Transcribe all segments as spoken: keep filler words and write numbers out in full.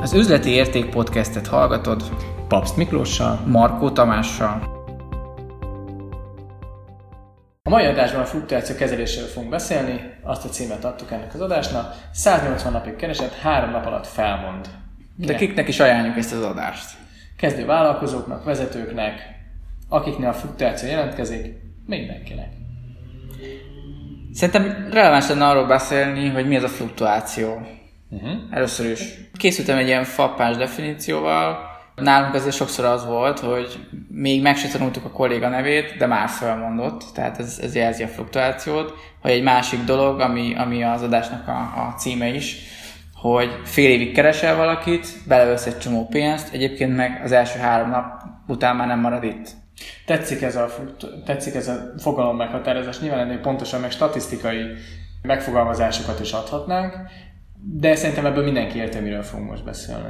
Az Üzleti Érték podcastet hallgatod Pabst Miklóssal, Markó Tamással. A mai adásban a fluktuáció kezeléséről fogunk beszélni, azt a címet adtuk ennek az adásnak. száznyolcvan napig keresett, három nap alatt felmond. De kiknek is ajánljuk ezt az adást? Kezdő vállalkozóknak, vezetőknek, akiknél a fluktuáció jelentkezik, mindenkinek. Szerintem releváns lenne arról beszélni, hogy mi ez a fluktuáció. Uh-huh. Először is készültem egy ilyen fappás definícióval. Nálunk azért sokszor az volt, hogy még meg se tanultuk a kolléga nevét, de már felmondott, tehát ez, ez jelzi a fluktuációt. Hogy egy másik dolog, ami, ami az adásnak a, a címe is, hogy fél évig keresel valakit, belevesz egy csomó pénzt, egyébként meg az első három nap után már nem marad itt. Tetszik ez a, tetszik ez a fogalom meghatározás, nyilván ennél pontosan meg statisztikai megfogalmazásokat is adhatnánk, de szerintem ebből mindenki érte, miről fogunk most beszélni.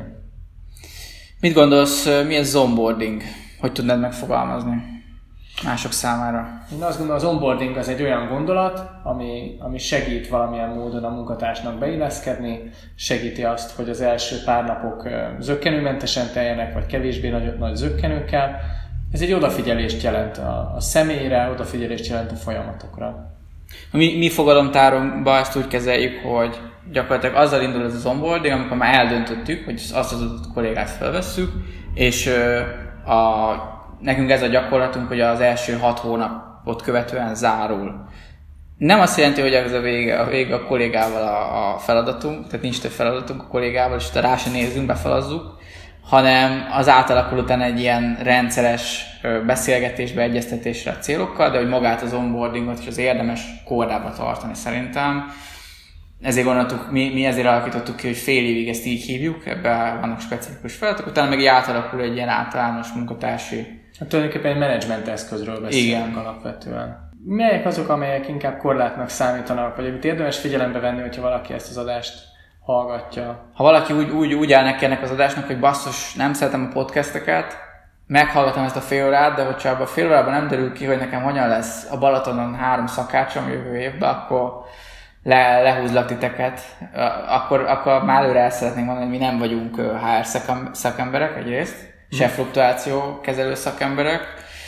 Mit gondolsz, mi ez onboarding? Hogy tudnád megfogalmazni mások számára? Én azt gondolom, az onboarding az egy olyan gondolat, ami, ami segít valamilyen módon a munkatársnak beilleszkedni, segíti azt, hogy az első pár napok zökkenőmentesen teljenek, vagy kevésbé nagy, nagy zökkenőkkel. Ez egy odafigyelést jelent a, a személyre, odafigyelést jelent a folyamatokra. A mi, mi fogadalomtárunkban ezt úgy kezeljük, hogy gyakorlatilag azzal indul ez az onboarding, amikor már eldöntöttük, hogy azt az adott kollégát felvesszük, és a, nekünk ez a gyakorlatunk, hogy az első hat hónapot követően zárul. Nem azt jelenti, hogy ez a vége a, vége a kollégával a, a feladatunk, tehát nincs több feladatunk a kollégával, és rá se nézzünk, befalazzuk, hanem az átalakul után egy ilyen rendszeres beszélgetésbe, egyeztetésre a célokkal, de hogy magát az onboardingot is az érdemes kordába tartani szerintem. Ezért gondoltuk, mi, mi ezért alakítottuk ki, hogy fél évig ezt így hívjuk, ebben vannak specifikus feladatok, utána meg így átalakul egy ilyen általános munkatársi. Hát tulajdonképpen egy menedzsment eszközről beszélünk alapvetően. Melyek azok, amelyek inkább korlátnak számítanak, vagy amit érdemes figyelembe venni, hogyha valaki ezt az adást hallgatja? Ha valaki úgy, úgy, úgy áll neki ennek az adásnak, hogy basszus, nem szeretem a podcasteket, meghallgatom ezt a fél órát, de hogyha abban a fél órában nem derül ki, hogy nekem hogyan lesz a Balatonon három szakácsom jövő évben, akkor le, lehúzlak titeket, akkor, akkor már előre el szeretnénk mondani, hogy mi nem vagyunk há er szakemberek egyrészt, se fluktuáció kezelő szakemberek,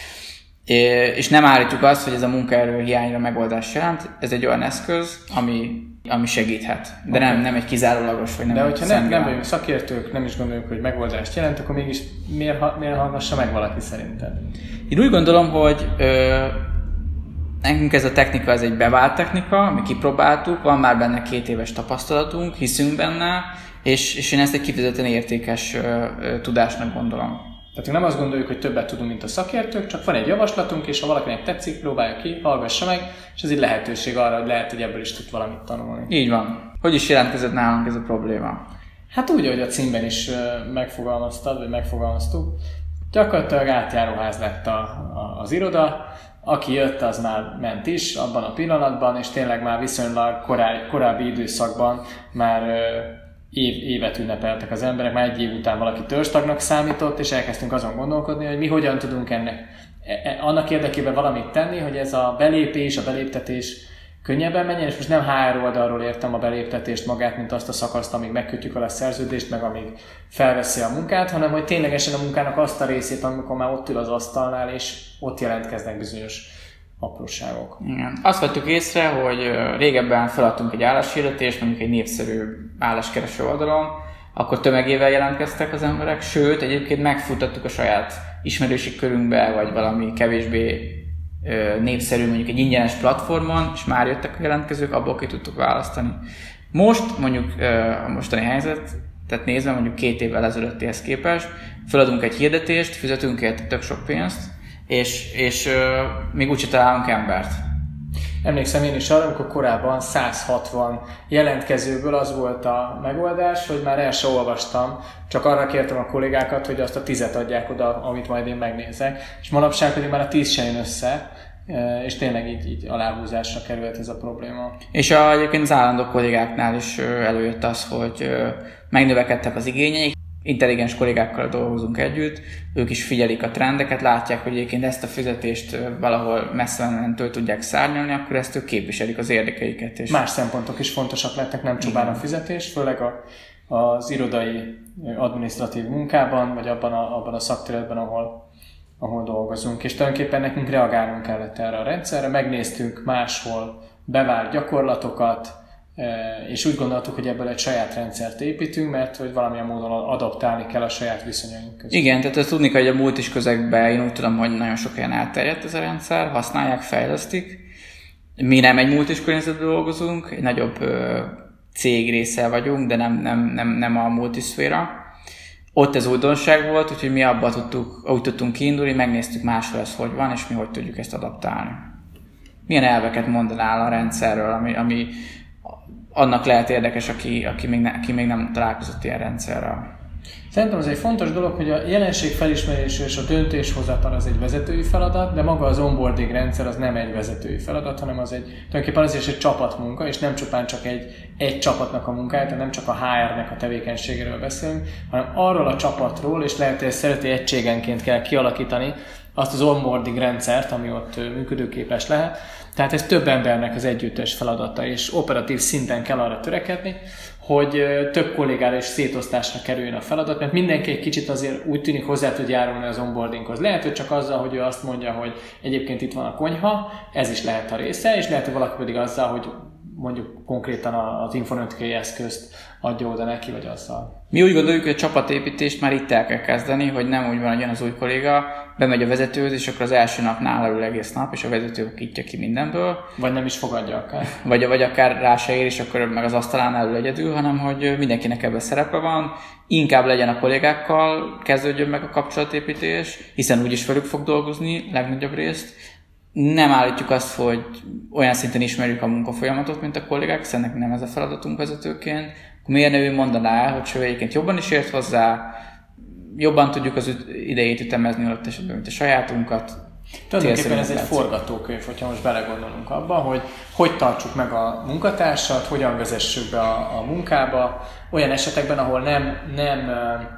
és nem állítjuk azt, hogy ez a munkaerő hiányra megoldást jelent, ez egy olyan eszköz, ami, ami segíthet, de okay. nem, nem egy kizárólagos, vagy nem. De hogyha nem, nem vagyunk szakértők, nem is gondoljuk, hogy megoldást jelent, akkor mégis miért, miért hallgassa meg valaki szerinted? Én úgy gondolom, hogy ö, nekünk ez a technika, ez egy bevált technika, mi kipróbáltuk, van már benne két éves tapasztalatunk, hiszünk benne, és, és én ezt egy kifejezetten értékes ö, ö, tudásnak gondolom. Tehát nem azt gondoljuk, hogy többet tudunk, mint a szakértők, csak van egy javaslatunk, és ha valakinek tetszik, próbálja ki, hallgassa meg, és ez egy lehetőség arra, hogy lehet, hogy ebből is tud valamit tanulni. Így van. Hogy is jelentkezett nálunk ez a probléma? Hát úgy, ahogy a címben is megfogalmaztad, vagy megfogalmaztuk, gyakorlatilag átjáróház lett a, a, az iroda, aki jött, az már ment is abban a pillanatban, és tényleg már viszonylag korá, korábbi időszakban már év, évet ünnepeltek az emberek, már egy év után valaki törzstagnak számított, és elkezdtünk azon gondolkodni, hogy mi hogyan tudunk ennek annak érdekében valamit tenni, hogy ez a belépés, a beléptetés könnyebben menjen, és most nem há er oldalról értem a beléptetést magát, mint azt a szakaszt, amíg megkötjük vele a szerződést, meg amíg felveszi a munkát, hanem hogy ténylegesen a munkának azt a részét, amikor már ott ül az asztalnál, és ott jelentkeznek bizonyos apróságok. Igen. Azt vettük észre, hogy régebben feladtunk egy álláshirdetést, mondjuk egy népszerű álláskereső oldalon, akkor tömegével jelentkeztek az emberek, sőt, egyébként megfuttattuk a saját ismerősi körünkbe, vagy valami kevésbé népszerű, mondjuk egy ingyenes platformon, és már jöttek a jelentkezők, abból ki tudtuk választani. Most, mondjuk a mostani helyzet, tehát nézve mondjuk két évvel ezelőttihez képest, feladunk egy hirdetést, fizetünk érte tök sok pénzt, és, és uh, még úgyse találunk embert. Emlékszem én is arra, amikor korábban száz hatvan jelentkezőből az volt a megoldás, hogy már el sem olvastam, csak arra kértem a kollégákat, hogy azt a tízet adják oda, amit majd én megnézek, és manapság pedig már a tíz se jön össze, és tényleg így, így aláhúzásra került ez a probléma. És a, egyébként az állandó kollégáknál is előjött az, hogy megnövekedtek az igényeik. Intelligens kollégákkal dolgozunk együtt, ők is figyelik a trendeket, látják, hogy egyébként ezt a fizetést valahol messze mentől tudják szárnyalni, akkor ezt ők képviselik az érdekeiket. És más szempontok is fontosak lettek, nem csupán a fizetés, főleg a az irodai adminisztratív munkában, vagy abban a, abban a szakterületben, ahol, ahol dolgozunk. És tulajdonképpen nekünk reagálnunk kellett erre a rendszerre, megnéztünk máshol bevált gyakorlatokat, és úgy gondoltuk, hogy ebből egy saját rendszert építünk, mert hogy valamilyen módon adaptálni kell a saját viszonyaink között. Igen, tehát ezt tudni kell, hogy a multis közegben én úgy tudom, hogy nagyon sok helyen elterjedt ez a rendszer, használják, fejlesztik. Mi nem egy multis környezetben dolgozunk, egy nagyobb ö, cég része vagyunk, de nem, nem, nem, nem a multiszféra. Ott ez újdonság volt, úgyhogy mi abban tudtuk, úgy tudtunk kiindulni, megnéztük máshol ez hogy van, és mi hogy tudjuk ezt adaptálni. Milyen elveket mondanál a rendszerről, ami, ami annak lehet érdekes, aki, aki, még ne, aki még nem találkozott ilyen rendszerrel? Szerintem ez egy fontos dolog, hogy a jelenség felismerés és a döntéshozatal az egy vezetői feladat, de maga az onboarding rendszer az nem egy vezetői feladat, hanem az egy, tulajdonképpen az is egy csapatmunka, és nem csupán csak egy, egy csapatnak a munkája, tehát nem csak a há er-nek a tevékenységéről beszélünk, hanem arról a csapatról, és lehet, hogy ezt szereti egységenként kell kialakítani azt az onboarding rendszert, ami ott működőképes lehet. Tehát ez több embernek az együttes feladata, és operatív szinten kell arra törekedni, hogy több kollégára és szétosztásra kerüljön a feladat, mert mindenki egy kicsit azért úgy tűnik hozzá tud járulni az onboardinghoz. Lehet, hogy csak azzal, hogy ő azt mondja, hogy egyébként itt van a konyha, ez is lehet a része, és lehet, hogy valaki pedig azzal, hogy mondjuk konkrétan az informatikai eszközt adja oda neki, vagy azzal. Mi úgy gondoljuk, hogy a csapatépítést már itt el kell kezdeni, hogy nem úgy van, hogy jön az új kolléga, bemegy a vezetőhöz, és akkor az első nap nála ül egész nap, és a vezető kittya ki mindenből. Vagy nem is fogadja akár. Vagy, vagy akár rá se ér, és akkor meg az asztalánál ül egyedül, hanem hogy mindenkinek ebben szerepe van. Inkább legyen a kollégákkal, kezdődjön meg a kapcsolatépítés, hiszen úgyis velük fog dolgozni legnagyobb részt. Nem állítjuk azt, hogy olyan szinten ismerjük a munkafolyamatot, mint a kollégák, hiszen nekünk nem ez a feladatunk vezetőként. Miért ne ő mondaná el, hogy ő egyébként jobban is ért hozzá, jobban tudjuk az üt- idejét ütemezni ott esetben, mint a sajátunkat. Tulajdonképpen ez egy forgatókönyv, hogyha most belegondolunk abba, hogy hogy tartsuk meg a munkatársat, hogyan vezessük be a, a munkába, olyan esetekben, ahol nem, nem,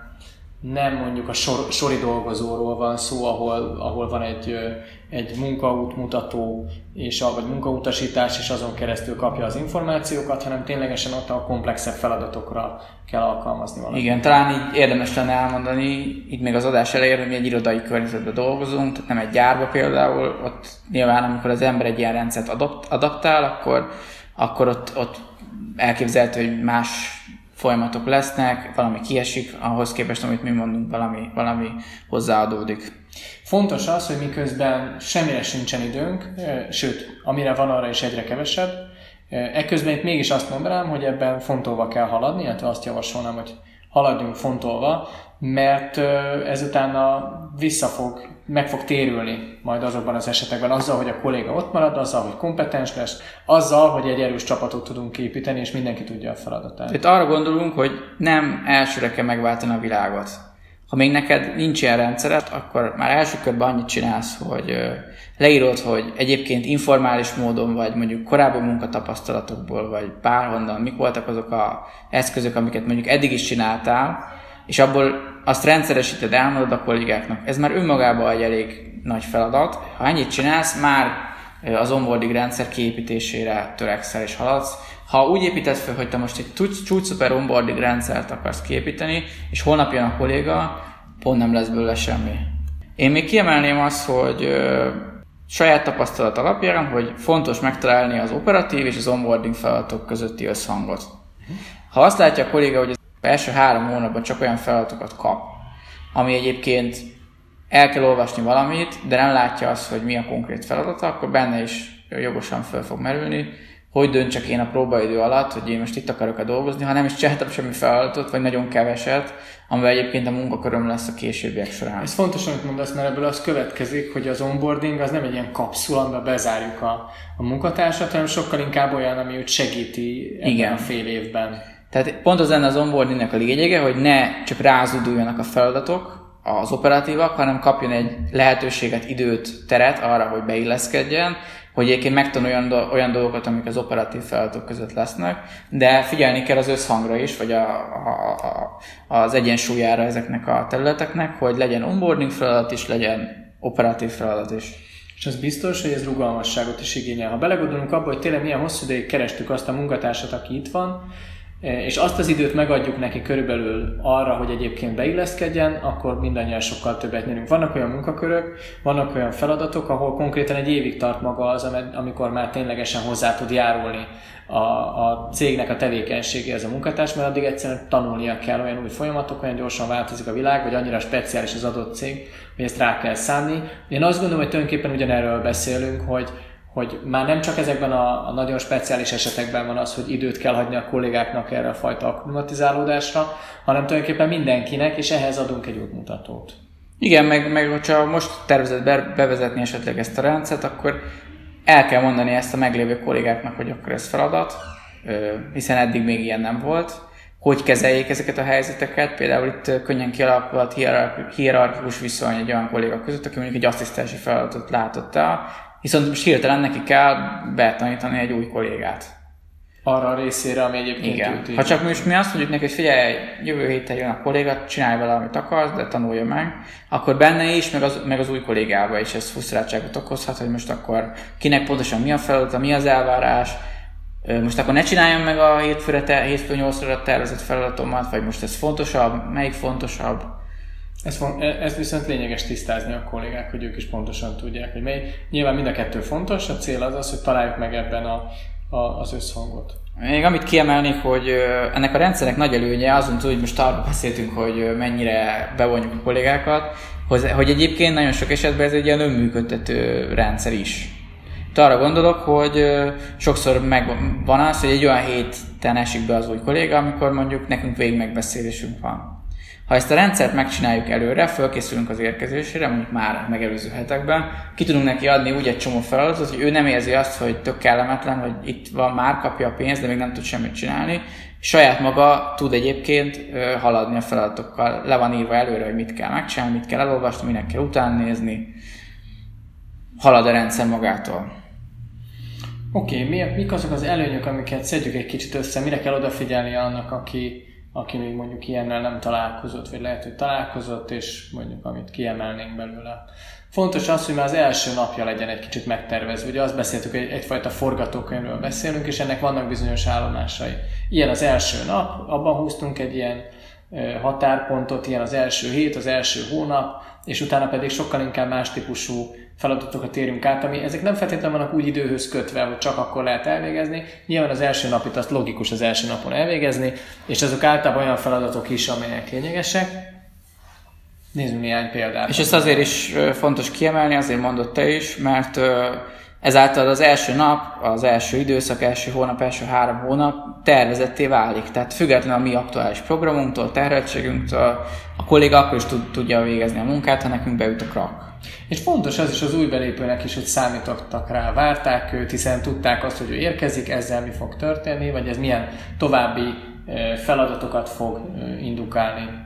nem mondjuk a sor, sori dolgozóról van szó, ahol, ahol van egy, egy munkaútmutató, és a, vagy munkautasítás, és azon keresztül kapja az információkat, hanem ténylegesen ott a komplexebb feladatokra kell alkalmazni valamit. Igen, talán így érdemes lenne elmondani, itt még az adás elején, hogy mi egy irodai környezetben dolgozunk, tehát nem egy gyárba például, ott nyilván amikor az ember egy ilyen rendszert adapt, adaptál, akkor, akkor ott, ott elképzelhető, hogy más folyamatok lesznek, valami kiesik, ahhoz képest, amit mi mondunk, valami, valami hozzáadódik. Fontos az, hogy miközben semmire sincsen időnk, sőt, amire van, arra is egyre kevesebb. Ekközben itt mégis azt mondanám, hogy ebben fontolva kell haladni, illetve azt javasolnám, hogy haladjunk fontolva, mert ezután vissza fog, meg fog térülni majd azokban az esetekben, azzal, hogy a kolléga ott marad, azzal, hogy kompetens lesz, azzal, hogy egy erős csapatot tudunk építeni, és mindenki tudja a feladatát. Itt arra gondolunk, hogy nem elsőre kell megváltani a világot. Ha még neked nincs ilyen rendszered, akkor már első körben annyit csinálsz, hogy leírod, hogy egyébként informális módon, vagy mondjuk korábbi munkatapasztalatokból, vagy bárhonnan, mik voltak azok az eszközök, amiket mondjuk eddig is csináltál, és abból azt rendszeresíted, elmondod a kollégáknak. Ez már önmagában egy elég nagy feladat. Ha ennyit csinálsz, már az onboarding rendszer kiépítésére törekszel és haladsz. Ha úgy építed fel, hogy te most egy csúcs-szuper onboarding rendszert akarsz kiépíteni, és holnap jön a kolléga, pont nem lesz belőle semmi. Én még kiemelném azt, hogy ö, saját tapasztalat alapján, hogy fontos megtalálni az operatív és az onboarding feladatok közötti összhangot. Ha azt látja a kolléga, hogy az első három hónapban csak olyan feladatokat kap, ami egyébként el kell olvasni valamit, de nem látja azt, hogy mi a konkrét feladata, akkor benne is jogosan fel fog merülni, hogy döntsek én a próbaidő alatt, hogy én most itt akarok-e dolgozni, ha nem is csináltam semmi feladatot, vagy nagyon keveset, amivel egyébként a munkaköröm lesz a későbbiek során. Ez fontos, amit mondasz, mert ebből az következik, hogy az onboarding az nem egy ilyen kapszula, amiben bezárjuk a, a munkatársat, hanem sokkal inkább olyan, ami őt segíti ebben Igen. a fél évben. Tehát pont az lenne az onboardingnek a lényege, hogy ne csak rázuduljanak a feladatok, az operatívak, hanem kapjon egy lehetőséget, időt, teret arra, hogy beilleszkedjen, hogy egyébként megtanuljon olyan dolgokat, amik az operatív feladatok között lesznek, de figyelni kell az összhangra is, vagy a, a, a, az egyensúlyára ezeknek a területeknek, hogy legyen onboarding feladat is, legyen operatív feladat is. És az biztos, hogy ez rugalmasságot is igényel. Ha belegondolunk abba, hogy tényleg milyen hosszú ideig kerestük azt a munkatársat, aki itt van, és azt az időt megadjuk neki körülbelül arra, hogy egyébként beilleszkedjen, akkor mindannyian sokkal többet nyerünk. Vannak olyan munkakörök, vannak olyan feladatok, ahol konkrétan egy évig tart maga az, amikor már ténylegesen hozzá tud járulni a, a cégnek a tevékenységéhez a munkatárs, mert addig egyszerűen tanulnia kell, olyan új folyamatok, olyan gyorsan változik a világ, vagy annyira speciális az adott cég, hogy ezt rá kell szánni. Én azt gondolom, hogy tulajdonképpen ugyanerről beszélünk, hogy hogy már nem csak ezekben a, a nagyon speciális esetekben van az, hogy időt kell hagyni a kollégáknak erre a fajta akklimatizálódásra, hanem tulajdonképpen mindenkinek, és ehhez adunk egy útmutatót. Igen, meg, meg hogyha most tervezett be, bevezetni esetleg ezt a rendszert, akkor el kell mondani ezt a meglévő kollégáknak, hogy akkor ez feladat, hiszen eddig még ilyen nem volt. Hogy kezeljék ezeket a helyzeteket, például itt könnyen kialakult hierarchikus viszony egy olyan kolléga között, aki mondjuk egy asszisztensi feladatot látott el, viszont most hirtelen neki kell betanítani egy új kollégát. Arra a részére, ami egyébként igen. Ha csak most mi azt mondjuk neki, hogy figyelj, jövő héten jön a kolléga, csinálj vele, amit akarsz, de tanulja meg, akkor benne is, meg az, meg az új kollégába is ez frusztráltságot okozhat, hogy most akkor kinek pontosan mi a feladata, mi az elvárás, most akkor ne csináljam meg a hétfőre, hétfő nyolcra tervezett feladatomat, vagy most ez fontosabb, melyik fontosabb. Ez, ez viszont lényeges tisztázni a kollégák, hogy ők is pontosan tudják, hogy mely. Nyilván mind a kettő fontos, a cél az az, hogy találjuk meg ebben a, a, az összhangot. Még amit kiemelnék, hogy ennek a rendszernek nagy előnye, azon túl, hogy most arról beszéltünk, hogy mennyire bevonjuk a kollégákat, hogy egyébként nagyon sok esetben ez egy ilyen önműködtető rendszer is. Itt arra gondolok, hogy sokszor megvan az, hogy egy olyan héten esik be az új kolléga, amikor mondjuk nekünk végig megbeszélésünk van. Ha ezt a rendszert megcsináljuk előre, fölkészülünk az érkezésére, mondjuk már megelőző hetekben, ki tudunk neki adni úgy egy csomó feladatot, hogy ő nem érzi azt, hogy tök kellemetlen, hogy itt van, már kapja a pénzt, de még nem tud semmit csinálni. Saját maga tud egyébként haladni a feladatokkal. Le van írva előre, hogy mit kell megcsinálni, mit kell elolvasni, minek kell utána nézni. Halad a rendszer magától. Oké, okay, mik azok az előnyök, amiket szedjük egy kicsit össze, mire kell odafigyelni annak, aki aki még mondjuk ilyennel nem találkozott, vagy lehet, hogy találkozott, és mondjuk amit kiemelnénk belőle. Fontos az, hogy már az első napja legyen egy kicsit megtervezve. Ugye azt beszéltük, hogy egyfajta forgatókönyvről beszélünk, és ennek vannak bizonyos állomásai. Ilyen az első nap, abban húztunk egy ilyen határpontot, ilyen az első hét, az első hónap, és utána pedig sokkal inkább más típusú feladatokat érünk át, ami ezek nem feltétlenül vannak úgy időhöz kötve, hogy csak akkor lehet elvégezni. Nyilván az első napit azt logikus az első napon elvégezni, és azok általában olyan feladatok is, amelyek lényegesek. Nézzünk néhány példát. És ezt azért is fontos kiemelni, azért mondott te is, mert ezáltal az első nap, az első időszak, első hónap, első három hónap tervezetté válik. Tehát függetlenül a mi aktuális programunktól, terheltségünktől, a kolléga akkor is tud, tudja végezni a munkát, ha nekünk beüt a krak. És fontos az is az új belépőnek is, hogy számítottak rá, várták őt, hiszen tudták azt, hogy ő érkezik, ezzel mi fog történni, vagy ez milyen további feladatokat fog indukálni.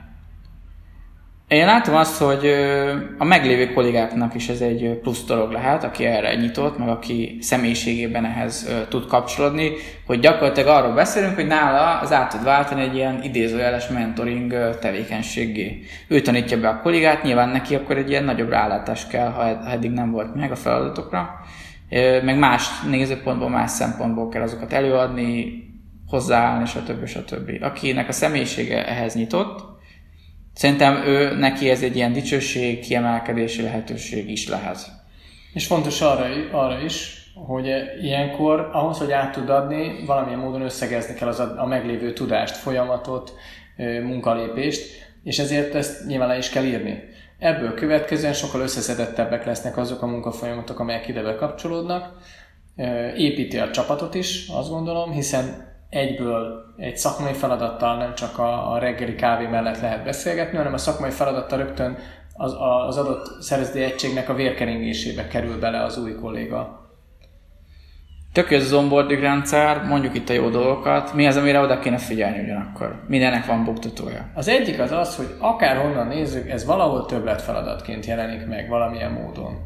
Én látom azt, hogy a meglévő kollégáknak is ez egy plusz dolog lehet, aki erre nyitott, meg aki személyiségében ehhez tud kapcsolódni, hogy gyakorlatilag arról beszélünk, hogy nála az át tud váltani egy ilyen idézőjeles mentoring tevékenységgé. Ő tanítja be a kollégát, nyilván neki akkor egy ilyen nagyobb rálátás kell, ha eddig nem volt meg a feladatokra, meg más nézőpontból, más szempontból kell azokat előadni, hozzáállni, stb. stb. Akinek a személyisége ehhez nyitott, szerintem ő, neki ez egy ilyen dicsőség, kiemelkedési lehetőség is lehet. És fontos arra, arra is, hogy ilyenkor ahhoz, hogy át tud adni, valamilyen módon összegezni kell az a, a meglévő tudást, folyamatot, munkalépést, és ezért ezt nyilván le is kell írni. Ebből következően sokkal összeszedettebbek lesznek azok a munkafolyamatok, amelyek ide bekapcsolódnak. Építi a csapatot is, azt gondolom, hiszen egyből egy szakmai feladattal nem csak a, a reggeli kávé mellett lehet beszélgetni, hanem a szakmai feladattal rögtön az, az adott szervezeti egységnek a vérkeringésébe kerül bele az új kolléga. Tök az onboarding rendszer, mondjuk itt a jó dolgokat, mi az, amire oda kéne figyelni ugyanakkor? Mindennek van buktatója. Az egyik az az, hogy akárhonnan nézzük, ez valahol többletfeladatként jelenik meg valamilyen módon.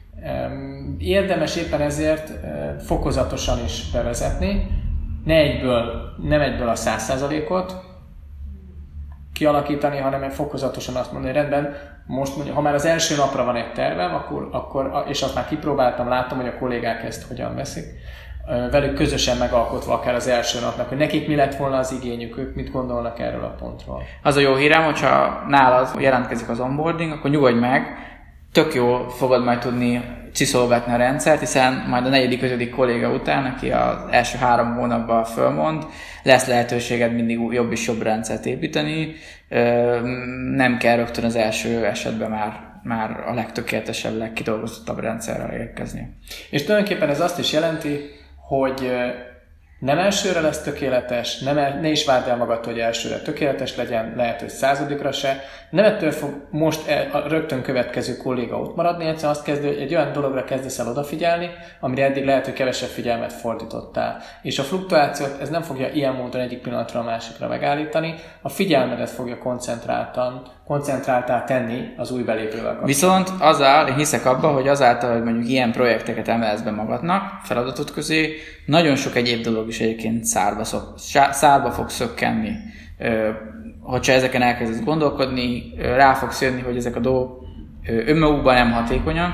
Érdemes éppen ezért fokozatosan is bevezetni, ne egyből, nem egyből a száz százalékot kialakítani, hanem fokozatosan azt mondani, hogy rendben, most mondja, ha már az első napra van egy tervem, akkor, akkor, és azt már kipróbáltam, látom, hogy a kollégák ezt hogyan veszik, velük közösen megalkotva akár az első napnak, hogy nekik mi lett volna az igényük, ők mit gondolnak erről a pontról. Az a jó hírem, hogyha nálad jelentkezik az onboarding, akkor nyugodj meg, tök jól fogod majd tudni csiszolgatni a rendszert, hiszen majd a negyedik, ötödik kolléga után, aki az első három hónapban fölmond, lesz lehetőséged mindig jobb és jobb rendszert építeni, nem kell rögtön az első esetben már, már a legtökéletesebb, legkidolgozottabb rendszerrel érkezni. És tulajdonképpen ez azt is jelenti, hogy nem elsőre lesz tökéletes, nem el, ne is várd el magadtól, hogy elsőre tökéletes legyen, lehet, hogy századikra se. Nem ettől fog most el, a rögtön következő kolléga ott maradni, egyszerűen azt kezdő, hogy egy olyan dologra kezdesz el odafigyelni, amire eddig lehet, hogy kevesebb figyelmet fordítottál. És a fluktuációt ez nem fogja ilyen módon egyik pillanatra a másikra megállítani, a figyelmedet fogja koncentráltan, koncentráltá tenni az új belépővel kapcsolatban. Viszont azzal, én hiszek abban, hogy azáltal, hogy mondjuk ilyen projekteket emelsz be magadnak, feladatot közé, nagyon sok egyéb dolog is egyébként szárba, szok, szárba fog szökkenni. Hogyha ezeken elkezdesz gondolkodni, rá fogsz jönni, hogy ezek a dolgok önmagukban nem hatékonyak.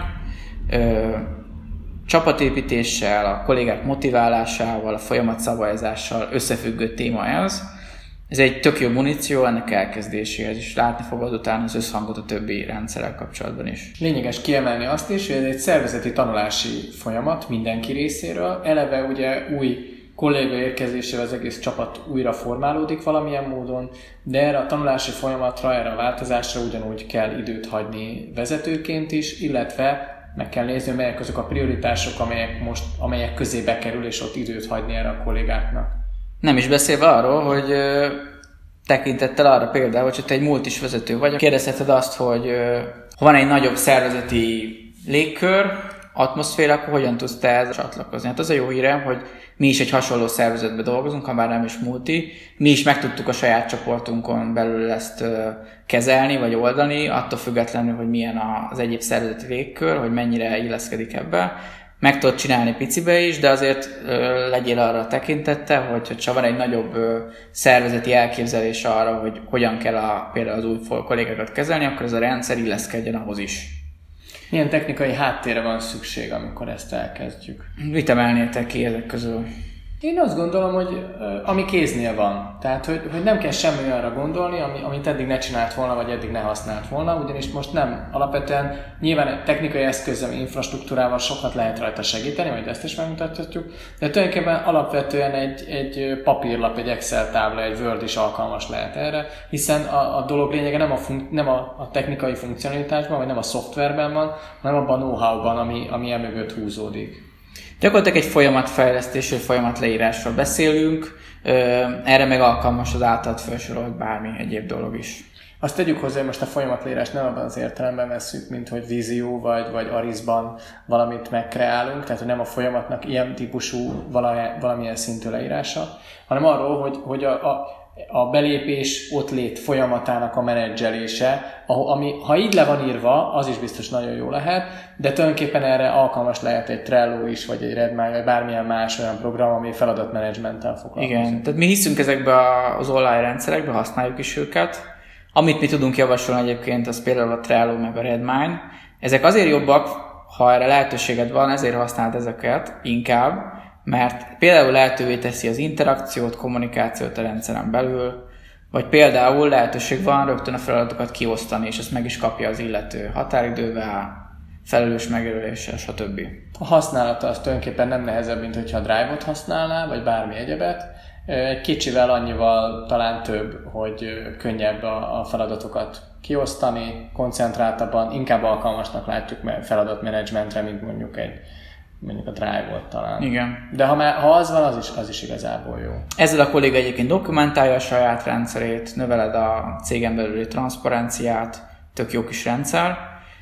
Csapatépítéssel, a kollégák motiválásával, a folyamat szabályozással összefüggő téma ez. Ez egy tök jó muníció ennek elkezdéséhez, és látni fogod utána az összhangot a többi rendszerrel kapcsolatban is. Lényeges kiemelni azt is, hogy ez egy szervezeti tanulási folyamat mindenki részéről. Eleve ugye új kolléga érkezésével az egész csapat újra formálódik valamilyen módon, de erre a tanulási folyamatra, erre a változásra ugyanúgy kell időt hagyni vezetőként is, illetve meg kell nézni, melyek azok a prioritások, amelyek, most, amelyek közé bekerül, és ott időt hagyni erre a kollégáknak. Nem is beszélve arról, hogy ö, tekintettel arra például, hogy te egy multis vezető vagy, kérdezheted azt, hogy ö, ha van egy nagyobb szervezeti légkör, atmoszféra, akkor hogyan tudsz te ezzel csatlakozni? Hát az a jó hírem, hogy mi is egy hasonló szervezetben dolgozunk, ha már nem is multi. Mi is meg tudtuk a saját csoportunkon belül ezt ö, kezelni, vagy oldani, attól függetlenül, hogy milyen az egyéb szervezeti légkör, hogy mennyire illeszkedik ebbe. Meg tudod csinálni picibe is, de azért ö, legyél arra tekintettel, hogy ha van egy nagyobb ö, szervezeti elképzelés arra, hogy hogyan kell a, például az új kollégákat kezelni, akkor ez a rendszer illeszkedjen ahhoz is. Milyen technikai háttérre van szükség, amikor ezt elkezdjük? Mit emelnétek ki ezek közül? Én azt gondolom, hogy ami kéznél van. Tehát, hogy, hogy nem kell semmi olyanra gondolni, ami, amit eddig ne csinált volna, vagy eddig ne használt volna, ugyanis most nem. Alapvetően nyilván egy technikai eszközzel, infrastruktúrával sokat lehet rajta segíteni, majd ezt is megmutathatjuk, de tulajdonképpen alapvetően egy, egy papírlap, egy Excel tábla, egy Word is alkalmas lehet erre, hiszen a, a dolog lényege nem, a, fun- nem a, a technikai funkcionalitásban, vagy nem a szoftverben van, hanem abban a know-how-ban, ami, ami emögött húzódik. Gyakorlatilag egy folyamatfejlesztésről, folyamatleírásról beszélünk, erre meg alkalmas az általad felsorolt bármi egyéb dolog is. Azt tegyük hozzá, hogy most a folyamatleírást nem abban az értelemben vesszük, mint hogy Visio vagy, vagy Arisban valamit megkreálunk, tehát hogy nem a folyamatnak ilyen típusú valamilyen szintű leírása, hanem arról, hogy, hogy a, a a belépés ott lét folyamatának a menedzselése, ami ha így le van írva, az is biztos nagyon jó lehet, de tulajdonképpen erre alkalmas lehet egy Trello is, vagy egy Redmine, vagy bármilyen más olyan program, ami feladatmenedzsmenttel foglalkozik. Igen, tehát mi hiszünk ezekbe az online rendszerekbe, használjuk is őket. Amit mi tudunk javasolni egyébként, az például a Trello meg a Redmine. Ezek azért jobbak, ha erre lehetőséged van, ezért használd ezeket inkább, mert például lehetővé teszi az interakciót, kommunikációt a rendszeren belül, vagy például lehetőség van rögtön a feladatokat kiosztani, és ezt meg is kapja az illető határidővel, felelős megjelöléssel, stb. A használata az tulajdonképpen nem nehezebb, mint hogyha a Drive-ot használná, vagy bármi egyebet. Egy kicsivel annyival talán több, hogy könnyebb a feladatokat kiosztani, koncentráltabban, inkább alkalmasnak látjuk feladatmenedzsmentre, mint mondjuk egy mondjuk a Drive volt talán. Igen. De ha, már, ha az van, az is, az is igazából jó. Ezzel a kolléga egyébként dokumentálja a saját rendszerét, növeled a cégen belüli transzparenciát, tök jó kis rendszer.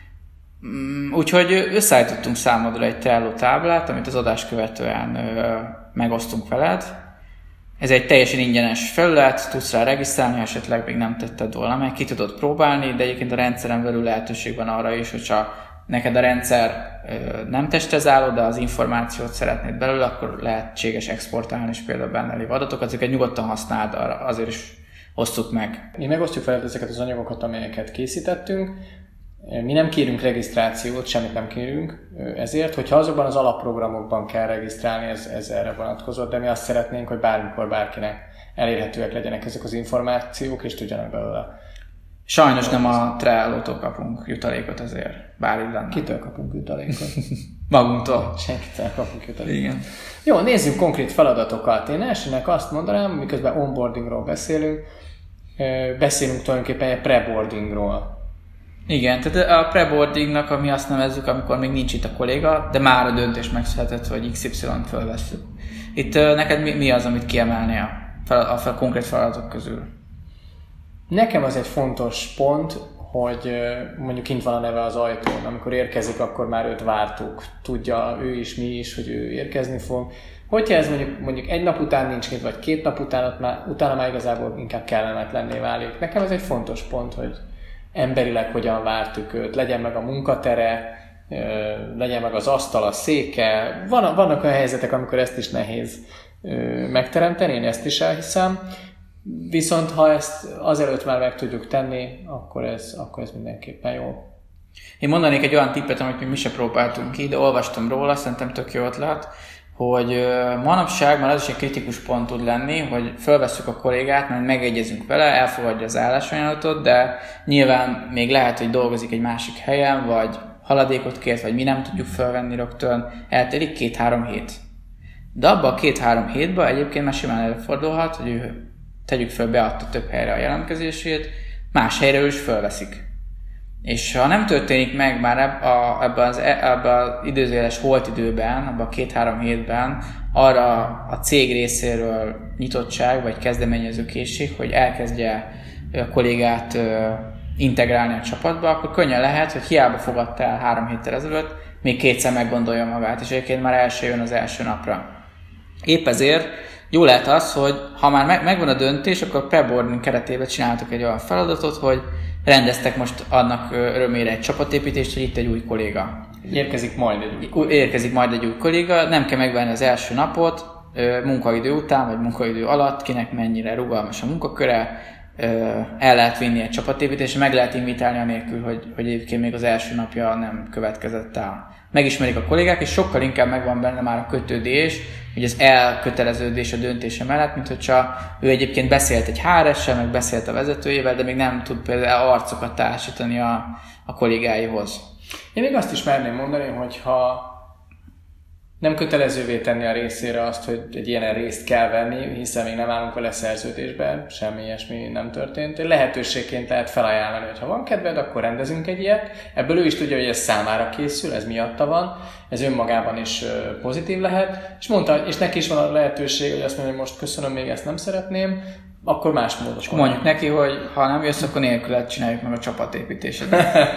Úgyhogy összeállítottunk számodra egy Trello táblát, amit az adás követően ö, megosztunk veled. Ez egy teljesen ingyenes felület, tudsz rá regisztrálni, ha esetleg még nem tetted volna meg, ki tudod próbálni, de egyébként a rendszeren belül lehetőség van arra is, hogyha neked a rendszer nem testezáló, de az információt szeretnéd belőle, akkor lehetséges exportálni és például benne lévő adatokat, ezeket nyugodtan használd, azért is osztjuk meg. Mi megosztjuk veled ezeket az anyagokat, amelyeket készítettünk. Mi nem kérünk regisztrációt, semmit nem kérünk ezért, hogyha azokban az alapprogramokban kell regisztrálni, ez, ez erre vonatkozott, de mi azt szeretnénk, hogy bármikor bárkinek elérhetőek legyenek ezek az információk, és tudjanak belőle. Sajnos nem a Trello-tól kapunk jutalékot ezért, bár így lenne. Kitől kapunk jutalékot? Magunktól. Senkitől kapunk jutalékot. Igen. Jó, nézzük konkrét feladatokat. Én elsőnek azt mondanám, miközben onboardingról beszélünk, beszélünk tulajdonképpen egy preboardingról. Igen, tehát a preboardingnak, ami azt nevezzük, amikor még nincs itt a kolléga, de már a döntés megszületett, hogy iksz ipszilont fölvesszük. Itt neked mi, mi az, amit kiemelnél a, a, a konkrét feladatok közül? Nekem az egy fontos pont, hogy mondjuk kint van a neve az ajtón, amikor érkezik, akkor már őt vártuk. Tudja ő is, mi is, hogy ő érkezni fog. Hogyha ez mondjuk, mondjuk egy nap után nincs kint, vagy két nap után, már, utána már igazából inkább kellemetlenné válik. Nekem ez egy fontos pont, hogy emberileg hogyan vártuk őt, legyen meg a munkatere, legyen meg az asztal, a széke. Van, vannak olyan helyzetek, amikor ezt is nehéz megteremteni, én ezt is elhiszem. Viszont ha ezt azelőtt már meg tudjuk tenni, akkor ez, akkor ez mindenképpen jó. Én mondanék egy olyan tippet, amit mi se próbáltunk ki, de olvastam róla, szerintem tök jó ötlet, hogy manapság már az is egy kritikus pont tud lenni, hogy felvesszük a kollégát, mert megegyezünk vele, elfogadja az állásajánlatot, de nyilván még lehet, hogy dolgozik egy másik helyen, vagy haladékot kért, vagy mi nem tudjuk felvenni rögtön, eltelik két-három hét. De abban a két-három hétben egyébként már simán előfordulhat, hogy ő, tegyük fel, beadta több helyre a jelentkezését, más helyre ő is felveszik. És ha nem történik meg már ebben az, ebbe az időzéles holt időben, abban a két-három hétben arra a cég részéről nyitottság vagy kezdeményezőkészség, hogy elkezdje a kollégát integrálni a csapatba, akkor könnyen lehet, hogy hiába fogadta el három héttel ezelőtt, még kétszer meggondolja magát, és egyébként már első jön az első napra. Épp ezért jó lehet az, hogy ha már megvan a döntés, akkor preboarding keretében csináltok egy olyan feladatot, hogy rendeztek most annak örömére egy csapatépítést, hogy itt egy új kolléga. Érkezik majd egy új kolléga. Érkezik majd egy új kolléga, nem kell megvárni az első napot, munkaidő után, vagy munkaidő alatt, kinek mennyire rugalmas a munkaköre, el lehet vinni egy csapatépítésre, meg lehet invitálni anélkül, hogy, hogy egyébként még az első napja nem következett el. Megismerik a kollégák, és sokkal inkább megvan benne már a kötődés, hogy az elköteleződés a döntése mellett, mint hogyha ő egyébként beszélt egy há er es-sel, meg beszélt a vezetőjével, de még nem tud például arcokat társítani a, a kollégáihoz. Én még azt is merném mondani, hogy ha nem kötelezővé tenni a részére azt, hogy egy ilyen részt kell venni, hiszen még nem állunk vele szerződésben, semmi ilyesmi nem történt. Lehetőségként lehet felajánlani, hogy ha van kedved, akkor rendezünk egy ilyet. Ebből ő is tudja, hogy ez számára készül, ez miatta van, ez önmagában is pozitív lehet. És mondta, és neki is van a lehetőség, hogy azt mondja, hogy most köszönöm, még ezt nem szeretném, akkor más módos. Mondjuk neki, hogy ha nem jössz, akkor nélküled csináljuk meg a csapatépítését.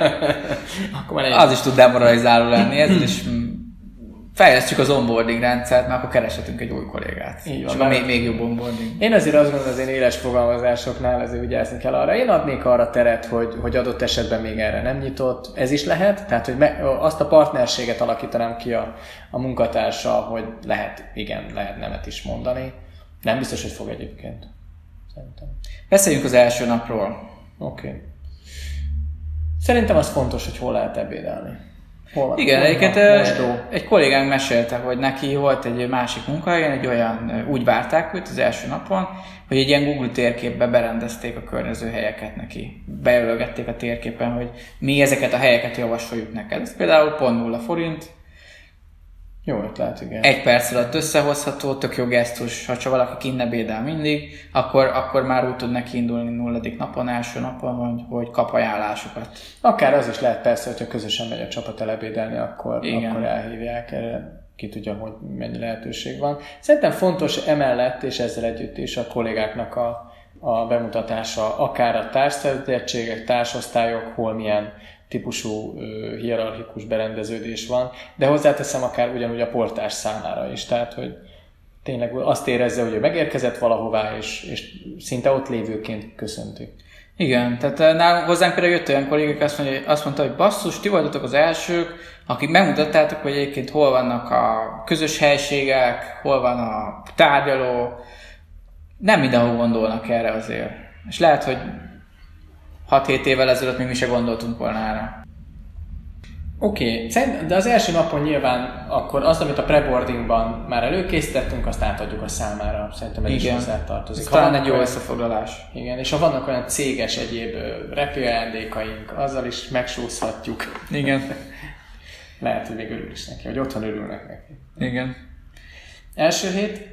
Akkor az is tud demoralizáló lenni, ez is fejlesztjük az onboarding rendszert, mert akkor kereshetünk egy új kollégát. Így van, és még, még jobb onboarding. Én azért azt gondolom, az én éles fogalmazásoknál azért vigyázni kell arra. Én adnék arra teret, hogy, hogy adott esetben még erre nem nyitott. Ez is lehet, tehát hogy me, azt a partnerséget alakítanám ki a, a munkatársa, hogy lehet, igen, lehet nemet is mondani. Nem biztos, hogy fog egyébként. Szerintem. Beszéljünk az első napról. Oké. Okay. Szerintem az fontos, hogy hol lehet ebédelni. Hol, igen, hol egyébként egy kollégánk mesélte, hogy neki volt egy másik munkahelyen, egy olyan, úgy várták őt az első napon, hogy egy ilyen Google térképbe berendezték a környező helyeket neki. Bejelölgették a térképen, hogy mi ezeket a helyeket javasoljuk neked. Ez például pont nulla forint. Jó ötlet, igen. Egy perc alatt összehozható, tök jó gesztus, ha csak valaki kint ebédel mindig, akkor, akkor már úgy tud neki indulni nulladik napon, első napon, hogy, hogy kap ajánlásokat. Akár az is lehet persze, hogyha közösen megy a csapat elebédelni, akkor, akkor elhívják, erre ki tudja, hogy mennyi lehetőség van. Szerintem fontos emellett, és ezzel együtt is a kollégáknak a, a bemutatása, akár a társszervezettségek, társosztályok, hol milyen típusú uh, hierarchikus berendeződés van, de hozzáteszem akár ugyanúgy a portás számára is, tehát hogy tényleg azt érezze, hogy ő megérkezett valahová, és, és szinte ott lévőként köszöntik. Igen, tehát nálunk hozzánk például jött olyan kollégák, azt mondja, azt mondta, hogy basszus, ti voltatok az elsők, akik megmutattátok, hogy egyébként hol vannak a közös helységek, hol van a tárgyaló, nem mindenhol gondolnak erre azért. És lehet, hogy hat-hét évvel ezelőtt még mi se gondoltunk volna erre. Oké, okay. De az első napon nyilván akkor az, amit a preboardingban már előkészítettünk, azt átadjuk a számára. Szerintem ez is hozzá tartozik. Talán egy jó összefoglalás. Igen, és ha vannak olyan céges egyéb repülőajándékaink, azzal is megsúszhatjuk. Igen. Lehet, hogy még örül is neki, hogy otthon örülnek neki. Igen. Első hét?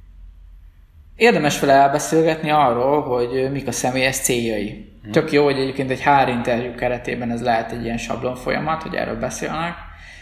Érdemes vele elbeszélgetni arról, hogy mik a személyes céljai. Hmm. Tök jó, hogy egyébként egy há er interjú keretében ez lehet egy ilyen sablon folyamat, hogy erről beszélnek,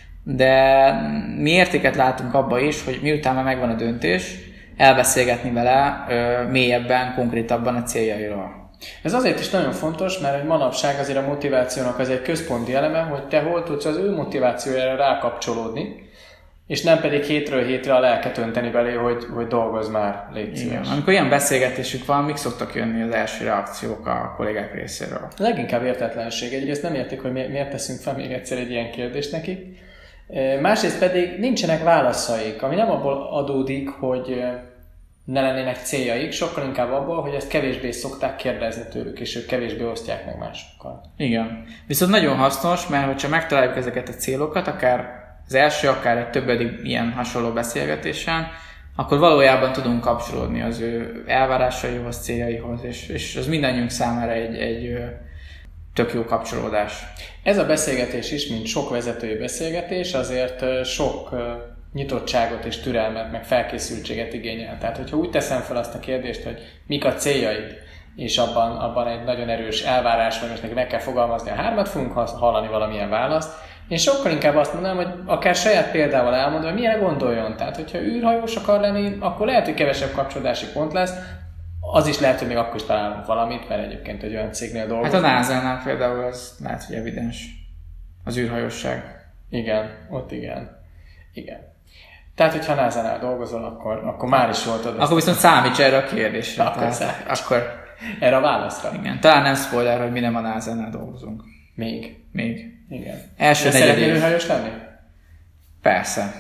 de mi értéket látunk abba is, hogy miután már megvan a döntés, elbeszélgetni vele ö, mélyebben, konkrétabban a céljairól. Ez azért is nagyon fontos, mert egy manapság azért a motivációnak az egy központi eleme, hogy te hol tudsz az ő motivációjára rákapcsolódni, és nem pedig hétről hétre a lelket önteni belé, hogy, hogy dolgozz már, légy szíves. Amikor ilyen beszélgetésük van, mik szoktak jönni az első reakciók a kollégák részéről? Leginkább értetlenség. Egyrészt nem értik, hogy miért teszünk fel még egyszer egy ilyen kérdést nekik. Másrészt pedig nincsenek válaszaik, ami nem abból adódik, hogy ne lennének céljaik, sokkal inkább abból, hogy ezt kevésbé szokták kérdezni tőlük, és ők kevésbé osztják meg másokkal. Igen. Viszont nagyon hasznos, mert hogyha megtaláljuk ezeket a célokat, akár az első, akár egy többedik ilyen hasonló beszélgetésen, akkor valójában tudunk kapcsolódni az ő elvárásaihoz, céljaihoz, és, és az mindannyiunk számára egy, egy tök jó kapcsolódás. Ez a beszélgetés is, mint sok vezetői beszélgetés, azért sok nyitottságot és türelmet, meg felkészültséget igényel. Tehát, hogyha úgy teszem fel azt a kérdést, hogy mik a céljaid, és abban, abban egy nagyon erős elvárás van, és neki meg kell fogalmazni a hármat, fogunk hallani valamilyen választ. Én sokkal inkább azt mondanám, hogy akár saját példával elmondom, hogy milyen gondoljon. Tehát, hogyha űrhajós akar lenni, akkor lehet, hogy kevesebb kapcsolódási pont lesz. Az is lehet, hogy még akkor is találunk valamit, mert egyébként egy olyan cégnél dolgozunk. Hát a názánál például az lehet, hogy evidens. Az űrhajósság. Igen, ott igen. Igen. Tehát, hogyha a názánál dolgozol, akkor, akkor már is jól tudod. Akkor viszont számíts erre a kérdésre. Akkor, tehát, akkor erre a válaszra. Igen. Talán nem spoiler, hogy mi nem a názánál dolgozunk. Még. Még. Igen. Első de szeretnél űrhajós lenni? Persze.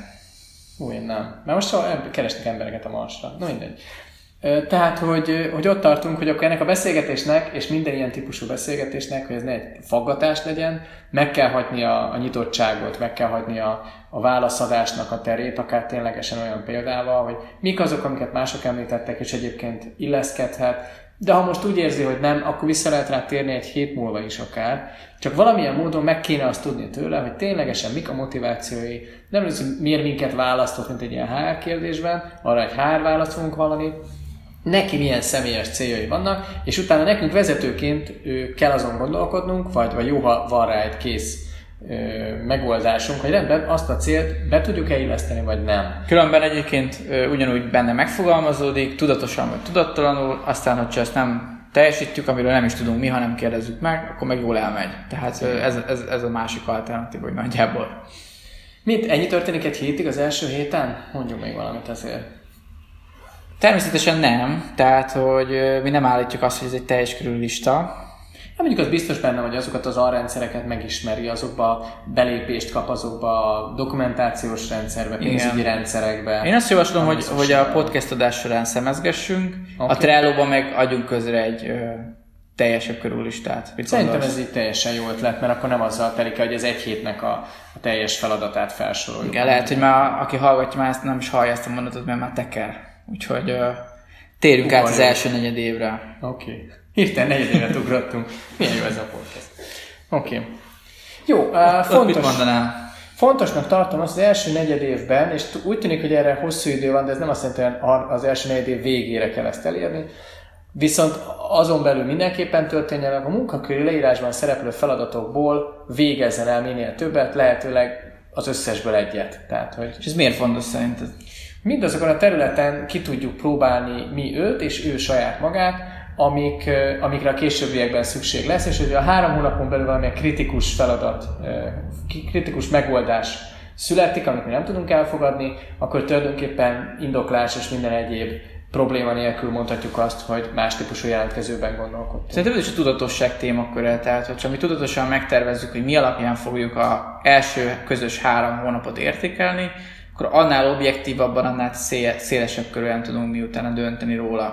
Ú, én nem. Mert most keresnek embereket a Marsra. No mindegy. Tehát, hogy, hogy ott tartunk, hogy akkor ennek a beszélgetésnek, és minden ilyen típusú beszélgetésnek, hogy ez ne egy faggatás legyen, meg kell hagyni a, a nyitottságot, meg kell hagyni a, a válaszadásnak a terét, akár ténylegesen olyan példával, hogy mik azok, amiket mások említettek, és egyébként illeszkedhet, de ha most úgy érzi, hogy nem, akkor vissza lehet rá térni egy hét múlva is akár. Csak valamilyen módon meg kéne azt tudni tőle, hogy ténylegesen mik a motivációi. Nem az, hogy miért minket választott, mint egy ilyen há er kérdésben, arra egy há er választ fogunk hallani, neki milyen személyes céljai vannak, és utána nekünk vezetőként ő, kell azon gondolkodnunk, vagy, vagy jó, ha van rá egy kész ö, megoldásunk, hogy rendben azt a célt be tudjuk-e illeszteni, vagy nem. Különben egyébként ö, ugyanúgy benne megfogalmazódik, tudatosan vagy tudattalanul, aztán, hogyha ezt nem teljesítjük, amiről nem is tudunk mi, ha nem kérdezzük meg, akkor meg jól elmegy. Tehát ö, ez, ez, ez a másik alternatív, hogy nagyjából. Mit? Ennyi történik egy hétig az első héten? Mondjuk még valamit azért. Természetesen nem, tehát hogy mi nem állítjuk azt, hogy ez egy teljes körű lista. Hát mondjuk az biztos benne, hogy azokat az alrendszereket megismeri, azokba belépést kap, azokba a dokumentációs rendszerbe, pénzügyi rendszerekbe. Én azt javaslom, hogy, hogy a podcast adás során szemezgessünk, okay. A Trello-ban meg adjunk közre egy ö, teljesebb körű listát. Mit Szerintem gondolsz? ez így teljesen jó ötlet, mert akkor nem azzal telik, hogy az egy hétnek a, a teljes feladatát felsoroljuk. Igen, lehet, hogy már aki hallgatja, már ezt nem is hallja ezt a mondatot, mert már teker. Úgyhogy uh, térjünk át az első negyed évre. Oké. Okay. Hirtelen negyed évet ugrottunk. Milyen jó ez a podcast. Oké. Okay. Jó, uh, fontos, mit mondanál? Fontosnak tartom azt az első negyed évben, és úgy tűnik, hogy erre hosszú idő van, de ez nem azt jelenti, hogy az első negyed év végére kell ezt elérni. Viszont azon belül mindenképpen történjen meg a munkaköri leírásban szereplő feladatokból végezzen el minél többet, lehetőleg az összesből egyet. Tehát, hogy és ez miért fontos szerinted? Mindazokon a területen ki tudjuk próbálni mi őt, és ő saját magát, amik, amikre a későbbiekben szükség lesz, és hogy a három hónapon belül valamilyen kritikus feladat, kritikus megoldás születik, amit mi nem tudunk elfogadni, akkor tulajdonképpen indoklás és minden egyéb probléma nélkül mondhatjuk azt, hogy más típusú jelentkezőben gondolkodtunk. Szerintem ez is a tudatosság témaköre, tehát hogyha mi tudatosan megtervezzük, hogy mi alapján fogjuk az első közös három hónapot értékelni, akkor annál objektívabban, annál szélesebb körülön tudunk miután dönteni róla.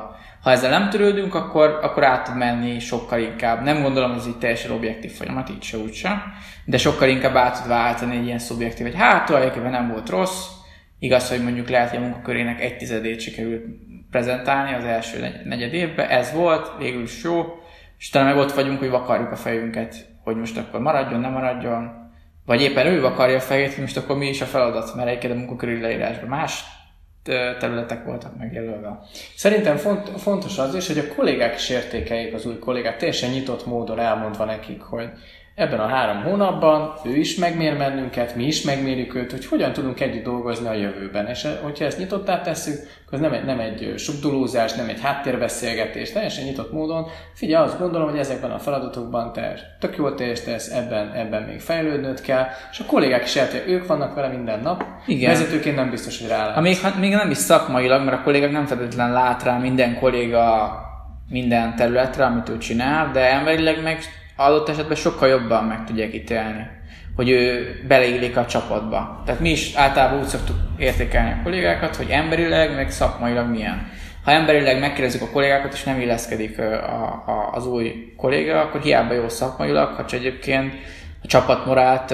Ha ezzel nem törődünk, akkor, akkor át tud menni sokkal inkább. Nem gondolom, hogy ez egy teljesen objektív folyamat, így se úgy sem, de sokkal inkább át tud váltani egy ilyen szubjektív, hogy hát tulajdonképpen nem volt rossz. Igaz, hogy mondjuk lehet, hogy a munkakörének egy tizedét sikerült prezentálni az első negyed évben, ez volt, végül is jó, és talán meg ott vagyunk, hogy vakarjuk a fejünket, hogy most akkor maradjon, nem maradjon, vagy éppen ő vakarja a fejét, hogy most akkor mi is a feladat, mert egyébként a munkaköri leírásban más területek voltak megjelölve. Szerintem font, fontos az is, hogy a kollégák is értékeljék az új kollégát, teljesen nyitott módon elmondva nekik, hogy ebben a három hónapban ő is megmér bennünket, mi is megmérjük őt, hogy hogyan tudunk együtt dolgozni a jövőben. És hogyha ezt nyitottá tesszük, akkor ez nem egy, nem egy subdulózás, nem egy háttérbeszélgetés, teljesen nyitott módon. Figyelj, azt gondolom, hogy ezekben a feladatokban te tök jól teljesítesz, ebben, ebben még fejlődnöd kell, és a kollégák is eltérnek, ők vannak vele minden nap. Igen. Vezetőként nem biztos, hogy rálátsz. Még, még nem is szakmailag, mert a kollégák nem feltétlenül lát rá minden kolléga minden területre, amit ő csinál, de emberileg meg adott esetben sokkal jobban meg tudják ítélni, hogy ő beleillik a csapatba. Tehát mi is általában úgy szoktuk értékelni a kollégákat, hogy emberileg, meg szakmailag milyen. Ha emberileg megkérdezzük a kollégákat, és nem illeszkedik a, a, az új kolléga, akkor hiába jó szakmailag, ha egyébként a csapatmorált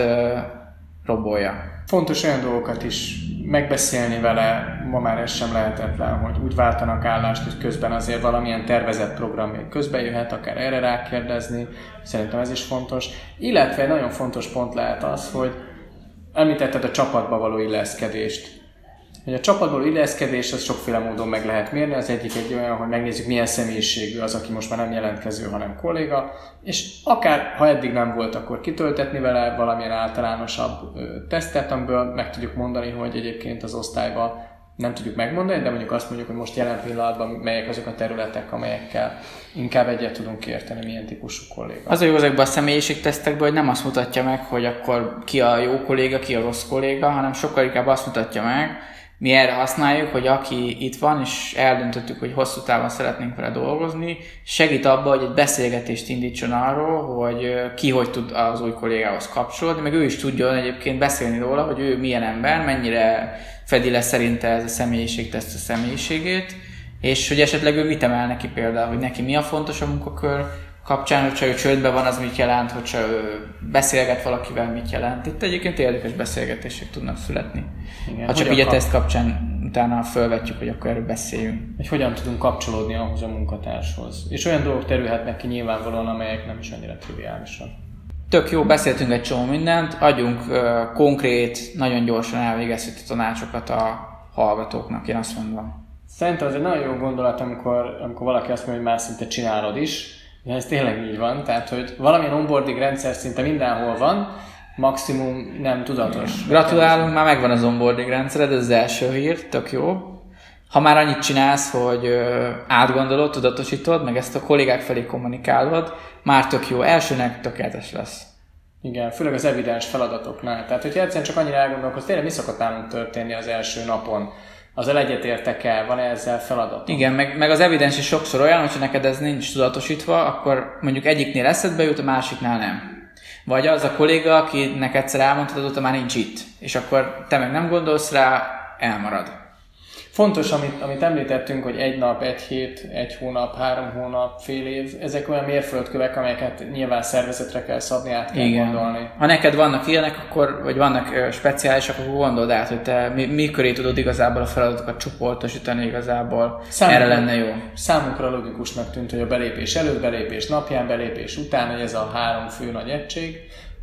robolja. Fontos olyan dolgokat is megbeszélni vele, ma már ez sem lehetetlen, hogy úgy váltanak állást, hogy közben azért valamilyen tervezett program még közben jöhet, akár erre rákérdezni, szerintem ez is fontos. Illetve egy nagyon fontos pont lehet az, hogy említetted a csapatba való illeszkedést. Hogy a csapatba való illeszkedés az sokféle módon meg lehet mérni, az egyik egy olyan, hogy megnézzük milyen személyiségű az, aki most már nem jelentkező, hanem kolléga, és akár, ha eddig nem volt, akkor kitöltetni vele valamilyen általánosabb ö, tesztet, amiből meg tudjuk mondani, hogy egyébként az osztályban nem tudjuk megmondani, de mondjuk azt mondjuk, hogy most jelen pillanatban melyek azok a területek, amelyekkel inkább egyet tudunk érteni, milyen típusú kolléga. Az a jó ezekben a személyiségtesztekben, hogy nem azt mutatja meg, hogy akkor ki a jó kolléga, ki a rossz kolléga, hanem sokkal inkább azt mutatja meg, mi erre használjuk, hogy aki itt van, és eldöntöttük, hogy hosszú távon szeretnénk vele dolgozni, segít abba, hogy egy beszélgetést indítson arról, hogy ki hogy tud az új kollégához kapcsolódni, meg ő is tudjon egyébként beszélni róla, hogy ő milyen ember, mennyire fedi le szerinte ez a személyiségteszt a személyiségét, és hogy esetleg ő mit emel neki például, hogy neki mi a fontos a munkakör kapcsán, hogyha ő csődben van, az mit jelent, hogyha ő beszélget valakivel, mit jelent. Itt egyébként érdekes beszélgetések tudnak születni. Igen, ha csak így a teszt kapcsán utána felvetjük, hogy akkor erről beszéljünk. Hogy hogyan tudunk kapcsolódni ahhoz a munkatárshoz. És olyan dolgok terülhetnek ki nyilvánvalóan, amelyek nem is annyira triviálisak. Tök jó, beszéltünk egy csomó mindent, adjunk uh, konkrét, nagyon gyorsan elvégezhető tanácsokat a hallgatóknak, én azt mondom. Szerintem ez egy nagyon jó gondolat, amikor, amikor valaki azt mondja, hogy már szinte csinálod is. Ja, ez tényleg így van, tehát hogy valamilyen onboarding rendszer szinte mindenhol van, maximum nem tudatos. Gratulálunk, már megvan az onboarding rendszered, ez az első hír, tök jó. Ha már annyit csinálsz, hogy ö, átgondolod, tudatosítod, meg ezt a kollégák felé kommunikálod, már tök jó, elsőnek tökéletes lesz. Igen, főleg az evidens feladatoknál. Tehát, hogyha egyszerűen csak annyira elgondolkodsz, tényleg mi szokott nálunk történni az első napon? Azzal egyetértek el, van-e ezzel feladat? Igen, meg, meg az evidens is sokszor olyan, hogyha neked ez nincs tudatosítva, akkor mondjuk egyiknél eszedbe jut, a másiknál nem. Vagy az a kolléga, akinek egyszer elmondtad, azóta már nincs itt. És akkor te meg nem gondolsz rá, elmarad. Fontos, amit, amit említettünk, hogy egy nap, egy hét, egy hónap, három hónap, fél év, ezek olyan mérföldkövek, amelyeket nyilván szervezetre kell szabni, át kell Igen. gondolni. Ha neked vannak ilyenek, akkor, vagy vannak uh, speciálisak, akkor gondold át, hogy te mi, mi köré tudod igazából a feladatokat csoportosítani, igazából számunkra, erre lenne jó. Számunkra logikusnak tűnt, hogy a belépés előtt, belépés napján, belépés után, hogy ez a három fő nagy egység.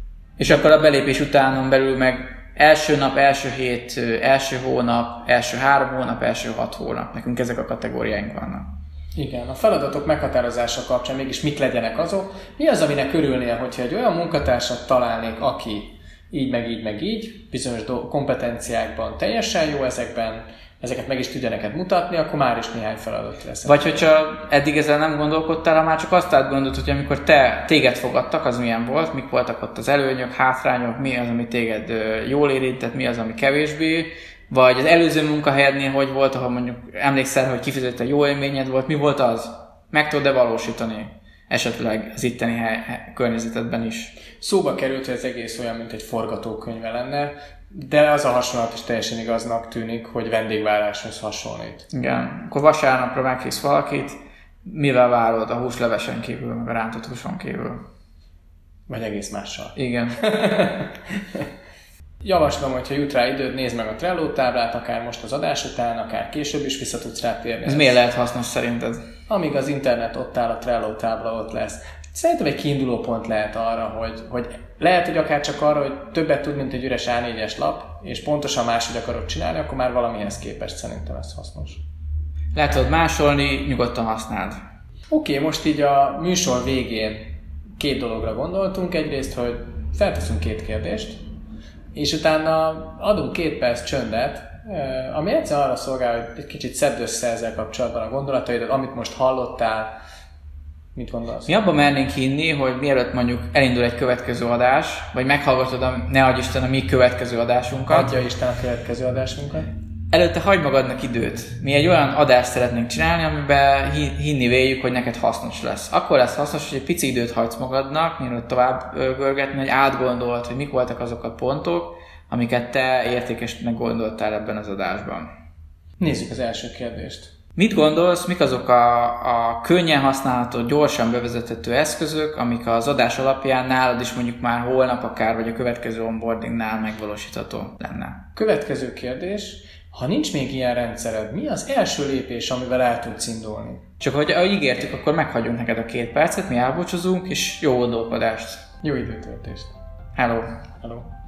És akkor a belépés utánon belül meg első nap, első hét, első hónap, első három hónap, első hat hónap. Nekünk ezek a kategóriáink vannak. Igen, a feladatok meghatározása kapcsán mégis mik legyenek azok? Mi az, aminek örülnél, hogyha egy olyan munkatársat találnék, aki így, meg így, meg így, bizonyos kompetenciákban teljesen jó ezekben, ezeket meg is tudja neked mutatni, akkor már is néhány feladat lesz. Vagy hogyha eddig ezzel nem gondolkodtál, már csak azt átgondolt, hogy amikor te, téged fogadtak, az milyen volt, mik voltak ott az előnyök, hátrányok, mi az, ami téged jól érintett, mi az, ami kevésbé, vagy az előző munkahelyednél hogy volt, ahol mondjuk emlékszel, hogy kifejezetten jó élményed volt, mi volt az? Meg tudod-e valósítani esetleg az itteni hely, környezetedben is? Szóba került, hogy ez egész olyan, mint egy forgatókönyve lenne, de az a hasonlat is teljesen igaznak tűnik, hogy vendégváráshoz hasonlít. Igen, akkor vasárnapra meghívsz valakit, mivel várod a húslevesen kívül, meg a rántott húson kívül. Vagy egész mással. Igen. Javaslom, hogyha jut rá időd, nézd meg a Trello táblát, akár most az adás után, akár később is vissza tudsz rá térni. Ez miért lehet hasznos szerinted? Amíg az internet ott áll, a Trello tábla ott lesz. Szerintem egy kiinduló pont lehet arra, hogy, hogy lehet, hogy akár csak arra, hogy többet tud, mint egy üres á négyes lap, és pontosan máshogy akarod csinálni, akkor már valamihez képest szerintem ez hasznos. Lehet tudod másolni, nyugodtan használd. Oké, okay, most így a műsor végén két dologra gondoltunk. Egyrészt, hogy felteszünk két kérdést, és utána adunk két perc csöndet, ami egyszer arra szolgál, hogy egy kicsit szedd össze ezzel kapcsolatban a gondolataidat, amit most hallottál. Mit gondolsz? Mi abban mernénk hinni, hogy mielőtt mondjuk elindul egy következő adás, vagy meghallgatod, a, ne adj Isten, a mi következő adásunkat. Adja Isten a következő adásunkat. Előtte hagyd magadnak időt. Mi egy olyan adást szeretnénk csinálni, amiben hinni véljük, hogy neked hasznos lesz. Akkor lesz hasznos, hogy egy pici időt hagysz magadnak, mielőtt tovább görgetni, hogy átgondolt, hogy mik voltak azok a pontok, amiket te értékesnek gondoltál ebben az adásban. Nézzük az első kérdést. Mit gondolsz, mik azok a, a könnyen használható, gyorsan bevezethető eszközök, amik az adás alapján nálad is mondjuk már holnap akár, vagy a következő onboardingnál megvalósítható lenne? Következő kérdés. Ha nincs még ilyen rendszered, mi az első lépés, amivel el tudsz indulni? Csak ahogy, ahogy ígértük, akkor meghagyunk neked a két percet, mi elbúcsúzunk, és jó gondolkodást! Jó időtöltést! Hello! Hello!